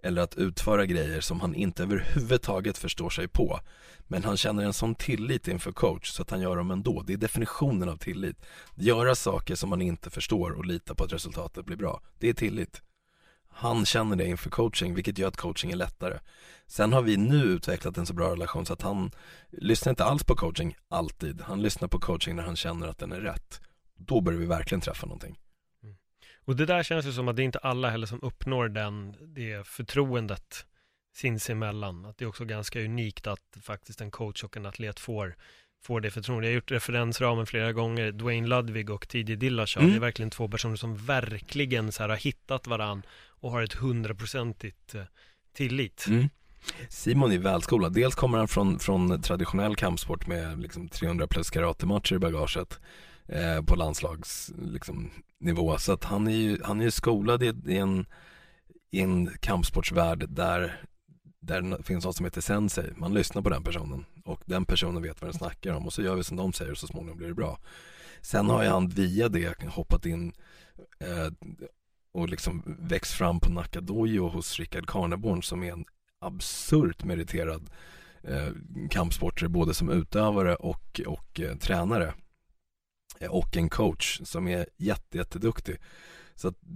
eller att utföra grejer som han inte överhuvudtaget förstår sig på. Men han känner en sån tillit inför coach så att han gör dem ändå. Det är definitionen av tillit. Göra saker som man inte förstår och lita på att resultatet blir bra. Det är tillit. Han känner det inför coaching, vilket gör att coaching är lättare. Sen har vi nu utvecklat en så bra relation så att han lyssnar inte alls på coaching alltid. Han lyssnar på coaching när han känner att den är rätt. Då börjar vi verkligen träffa någonting. Mm. Och det där känns ju som att det är inte alla heller som uppnår den, det förtroendet sinsemellan. Att det är också ganska unikt att faktiskt en coach och en atlet får, får det förtroende. Jag har gjort referensramen flera gånger. Dwayne Ludwig och T J Dillashaw, mm. det är verkligen två personer som verkligen så här har hittat varann och har ett hundraprocentigt tillit. Mm. Simon är välskolad. Dels kommer han från, från traditionell kampsport med liksom trehundra plus karatematcher i bagaget eh, på landslagsnivå. Liksom, så att han är ju, han är ju skolad i, i, en, i en kampsportsvärld där, där det finns något som heter sensei. Man lyssnar på den personen och den personen vet vad den snackar om och så gör vi som de säger och så småningom blir det bra. Sen har han via det hoppat in eh, och liksom växt fram på Nakadojo hos Rickard Karneborn som är en absurt meriterad eh, kampsportare både som utövare och, och eh, tränare eh, och en coach som är jätte, jätteduktig. Så att,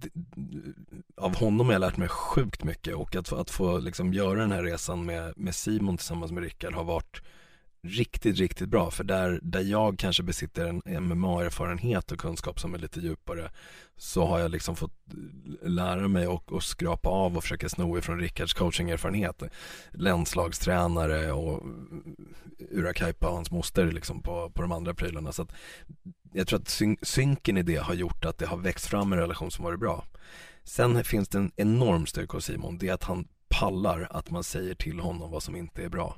av honom har jag lärt mig sjukt mycket och att, att få liksom göra den här resan med, med Simon tillsammans med Rickard har varit riktigt, riktigt bra. För där, där jag kanske besitter en M M A-erfarenhet och kunskap som är lite djupare så har jag liksom fått lära mig och, och skrapa av och försöka sno ifrån Rickards coaching-erfarenhet. Länslagstränare och Urakaipa och hans moster liksom på, på de andra prylarna. Så att jag tror att syn- synken i det har gjort att det har växt fram en relation som varit bra. Sen finns det en enorm styrka hos Simon. Det är att han pallar att man säger till honom vad som inte är bra.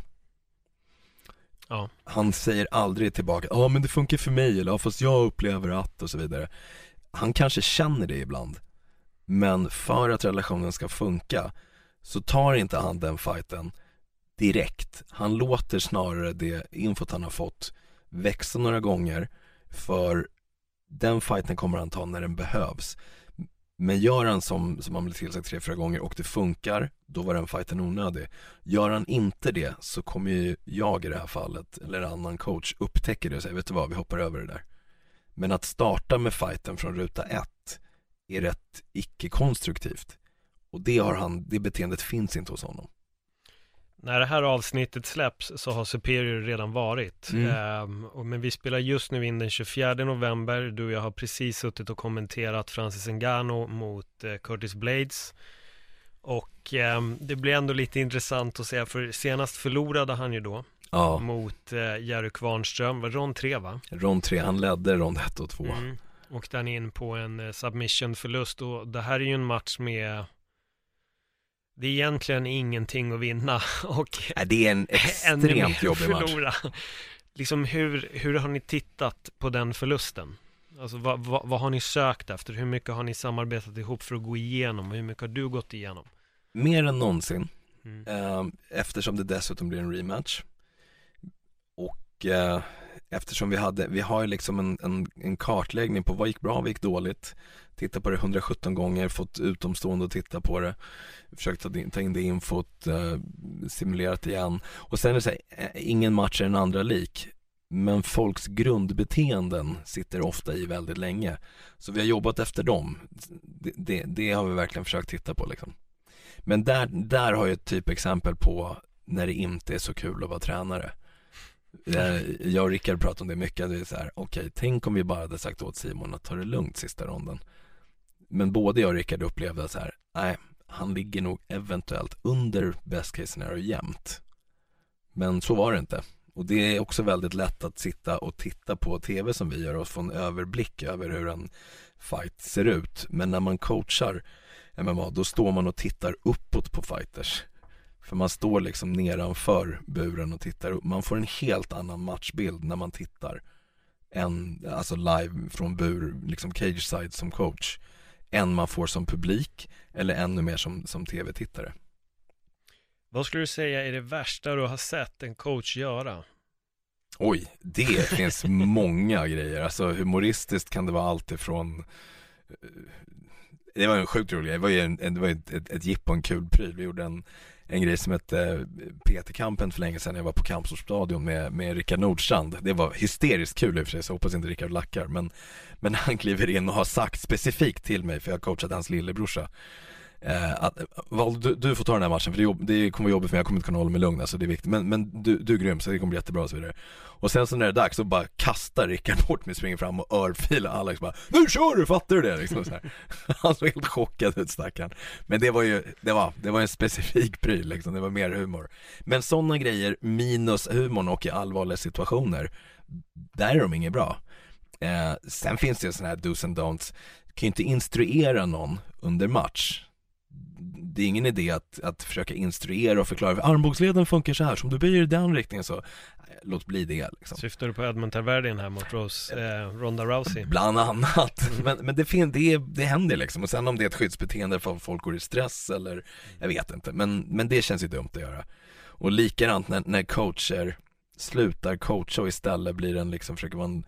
Ja. Han säger aldrig tillbaka, ja ah, men det funkar för mig eller ja, fast jag upplever att och så vidare. Han kanske känner det ibland. Men för att relationen ska funka så tar inte han den fighten direkt. Han låter snarare det infot han har fått växa några gånger för den fighten kommer han ta när den behövs. Men gör han som, som han blir tillsagt tre, fyra gånger och det funkar, då var den fighten onödig. Gör han inte det så kommer ju jag i det här fallet, eller en annan coach, upptäcker det och säger, vet du vad, vi hoppar över det där. Men att starta med fighten från ruta ett är rätt icke-konstruktivt. Och det, har han, det beteendet finns inte hos honom. När det här avsnittet släpps så har Superior redan varit. Mm. Ehm, och, men vi spelar just nu in den tjugofjärde november. Du och jag har precis suttit och kommenterat Francis Ngannou mot eh, Curtis Blades. Och ehm, det blir ändå lite intressant att se, för senast förlorade han ju då ja. mot eh, Jerry Kvarnström. Var rond tre va? Rond tre, han ledde rond ett och två. Mm. Och den in på en eh, submission-förlust. Och det här är ju en match med... Det är egentligen ingenting att vinna och ja, det är en extremt jobbig match. Liksom hur, hur har ni tittat på den förlusten? Alltså vad, vad, vad har ni sökt efter? Hur mycket har ni samarbetat ihop för att gå igenom? Och hur mycket har du gått igenom? Mer än någonsin. Mm. Eh, eftersom det dessutom blir en rematch. Och eh, eftersom vi hade, vi har ju liksom en, en, en kartläggning på vad gick bra, vad gick dåligt. Titta på det hundrasjutton gånger, fått utomstående att titta på det. Försökt ta in det infot, eh, simulerat igen. Och sen är det så här, ingen match är den andra lik. Men folks grundbeteenden sitter ofta i väldigt länge. Så vi har jobbat efter dem. Det, det, det har vi verkligen försökt titta på liksom. Men där, där har jag ett typexempel på när det inte är så kul att vara tränare. Jag och Rickard pratar om det mycket. Det är så här, okej, okay, tänk om vi bara hade sagt åt Simon att ta det lugnt sista ronden. Men både jag och Rickard upplevde så här, nej, han ligger nog eventuellt under best case scenario jämt. Men så var det inte. Och det är också väldigt lätt att sitta och titta på tv som vi gör och få en överblick över hur en fight ser ut. Men när man coachar M M A, då står man och tittar uppåt på fighters. För man står liksom nedanför buren och tittar upp. Man får en helt annan matchbild när man tittar än, alltså live från bur, liksom cage side som coach, än man får som publik eller ännu mer som, som tv-tittare. Vad skulle du säga är det värsta du har sett en coach göra? Oj, det finns många grejer. Alltså humoristiskt kan det vara allt ifrån Det var en sjukt rolig grej. Det var ju, en, det var ett, ett, ett jipp och en kul pryl. Vi gjorde en, en grej som hette P T-kampen för länge sedan. Jag var på Kampsportsstadion med, med Rickard Nordstrand. Det var hysteriskt kul i och för sig, så hoppas inte Rickard lackar. Men, men han kliver in och har sagt specifikt till mig, för jag har coachat hans lillebrorsa, eh, att Val, du, du får ta den här matchen, för det, jobb, det kommer vara jobbigt för mig, jag kommer inte kunna hålla mig lugn, alltså det är viktigt. Men, men du, du är grym, så det kommer bli jättebra och så vidare. Och sen så när det är dags så bara kastar Rickard bort mig, springer fram och örfilar Alex, bara nu kör du, fattar du det? Liksom så här. Han såg helt chockad ut, stackaren. Men det var ju, det var, det var en specifik pryl liksom, det var mer humor. Men sådana grejer minus humorn och i allvarliga situationer, där är de inget bra. Eh, sen finns det ju sådana här do's and don'ts. Du kan ju inte instruera någon under match. Det är ingen idé att, att försöka instruera och förklara, för armbågsleden funkar så här, som du böjer i den riktningen, så låt bli det liksom. Syftar du på Edmund Tarverdyan här mot Rose, eh, Ronda Rousey? Bland annat. men, men det, fin- det, det händer liksom. Och sen om det är ett skyddsbeteende för att folk går i stress eller, jag vet inte, men, men det känns ju dumt att göra. Och likadant när, när coacher slutar coacha och istället blir en liksom, försöker man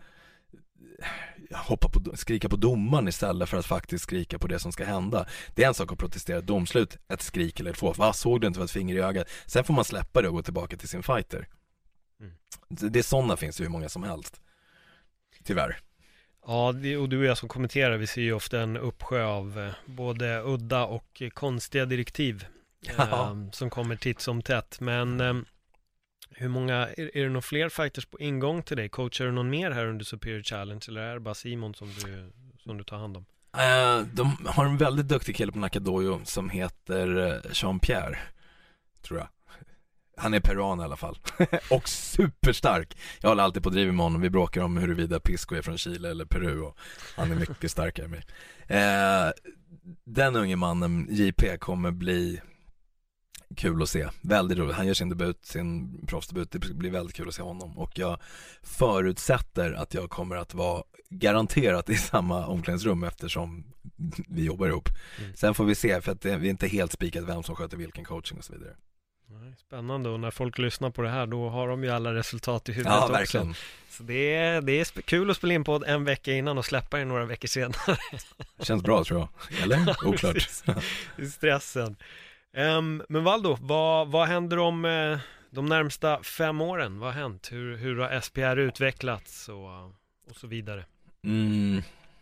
hoppa på, skrika på domaren istället för att faktiskt skrika på det som ska hända. Det är en sak att protestera ett domslut, ett skrik eller två. Vad såg du inte, var ett finger i ögat? Sen får man släppa det och gå tillbaka till sin fighter. Mm. Det är sådana, finns det ju hur många som helst. Tyvärr. Ja, det, och du och jag som kommenterar, vi ser ju ofta en uppsjö av eh, både udda och eh, konstiga direktiv eh, som kommer titt som tätt. Men eh, hur många, är, är det några fler fighters på ingång till dig? Coachar du någon mer här under Superior Challenge, eller är det bara Simon som du, som du tar hand om? Uh, de har en väldigt duktig kille på Nakadojo som heter Jean-Pierre, tror jag. Han är peruan i alla fall. Och superstark. Jag håller alltid på att driva med honom. Vi bråkar om huruvida Pisco är från Chile eller Peru, och han är mycket starkare än mig. Eh, den unge mannen, J P, kommer bli kul att se. Väldigt roligt. Han gör sin debut, sin proffsdebut. Det blir väldigt kul att se honom. Och jag förutsätter att jag kommer att vara garanterat i samma omklädningsrum, eftersom vi jobbar ihop. Mm. Sen får vi se, för att det, vi är inte helt spikat vem som sköter vilken coaching och så vidare. Spännande, och när folk lyssnar på det här, då har de ju alla resultat i huvudet. Ja, också. Verkligen. Så det är, det är kul att spela in på en vecka innan och släppa det några veckor senare. Känns bra, tror jag. Eller? Oklart. I stressen. Um, men Valdo, vad, vad händer om uh, de närmsta fem åren? Vad har hänt? Hur, hur har S P R utvecklats och, och så vidare? Mm.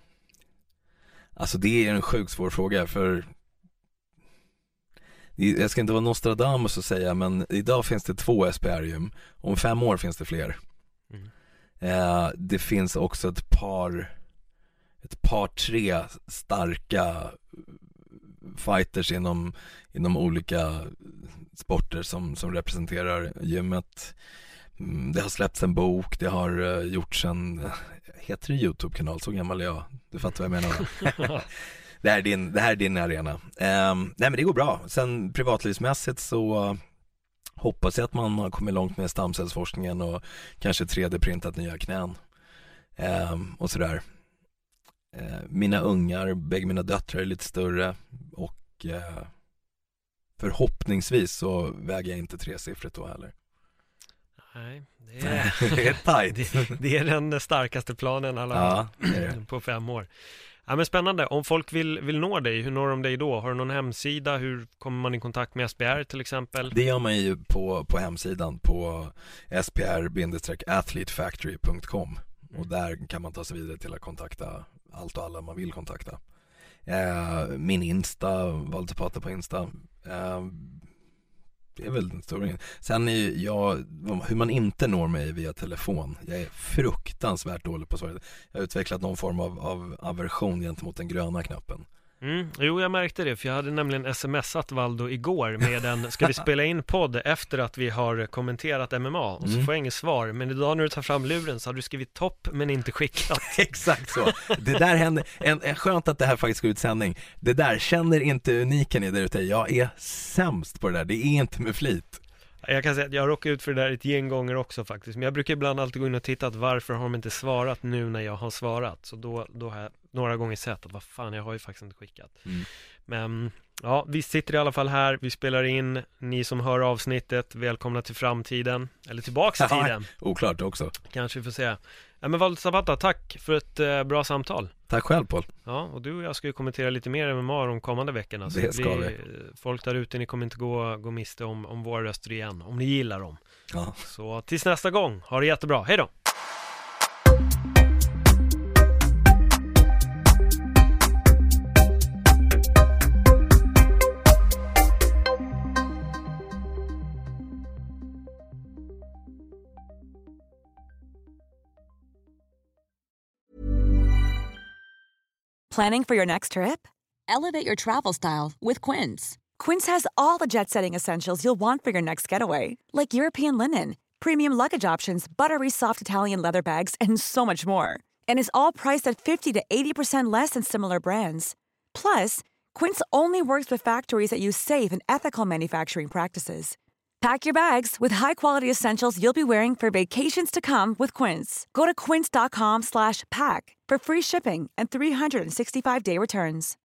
Alltså det är en sjukt svår fråga, för jag ska inte vara Nostradamus och säga, men idag finns det två S P R-gym. Om fem år finns det fler. Mm. Eh, det finns också ett par ett par tre starka fighters inom, inom olika sporter som, som representerar gymmet. Det har släppts en bok, det har uh, gjorts en, heter det YouTube-kanal, så gammal är jag, du fattar vad jag menar. det, här är din, det här är din arena. Um, nej men det går bra. Sen privatlivsmässigt så uh, hoppas jag att man har kommit långt med stamcellsforskningen och kanske tre D-printat nya knän um, och sådär. Uh, mina ungar, bägge mina döttrar är lite större, och uh, förhoppningsvis så väger jag inte tresiffrigt då heller. Nej, det är, det är tajt. det, det är den starkaste planen alla ja, det är det. På fem år. Ja, men spännande. Om folk vill, vill nå dig, hur når de dig då? Har du någon hemsida? Hur kommer man i kontakt med S P R till exempel? Det gör man ju på, på hemsidan på s p r athlete factory punkt com, och där kan man ta sig vidare till att kontakta allt och alla man vill kontakta. Eh, min Insta, valde prata på Insta. Eh, det är väl den stora grejen. Sen är jag, hur man inte når mig via telefon. Jag är fruktansvärt dålig på svaret. Jag har utvecklat någon form av, av aversion gentemot den gröna knappen. Mm. Jo, jag märkte det, för jag hade nämligen smsat Valdo igår med en, ska vi spela in podd efter att vi har kommenterat M M A? Och så mm. får jag inget svar, men idag när du tar fram luren så har du skrivit topp men inte skickat. Exakt så. Det där händer, en, en, skönt att det här faktiskt går ut sändning. Det där, känner inte uniken i det ute. Jag är sämst på det där, det är inte med flit. Jag kan säga att jag råkar ut för det där ett gäng gånger också faktiskt. Men jag brukar ibland alltid gå in och titta att varför har de inte svarat nu när jag har svarat. Så då, då har jag några gånger sett att vad fan, jag har ju faktiskt inte skickat. Mm. Men Ja, vi sitter i alla fall här, vi spelar in, ni som hör avsnittet, välkomna till framtiden, eller tillbaks i tiden. Oklart också. Kanske vi får se. Ja, men Valter Zapata, tack för ett eh, bra samtal. Tack själv, Paul. Ja, och du och jag ska ju kommentera lite mer M M A de kommande veckorna. Så det ska vi. Folk där ute, ni kommer inte gå, gå miste om, om våra röster igen, om ni gillar dem. Ja. Så tills nästa gång, ha det jättebra, hej då! Planning for your next trip? Elevate your travel style with Quince. Quince has all the jet-setting essentials you'll want for your next getaway, like European linen, premium luggage options, buttery soft Italian leather bags, and so much more. And is all priced at fifty to eighty percent less than similar brands. Plus, Quince only works with factories that use safe and ethical manufacturing practices. Pack your bags with high-quality essentials you'll be wearing for vacations to come with Quince. Go to quince dot com slash pack for free shipping and three hundred sixty-five day returns.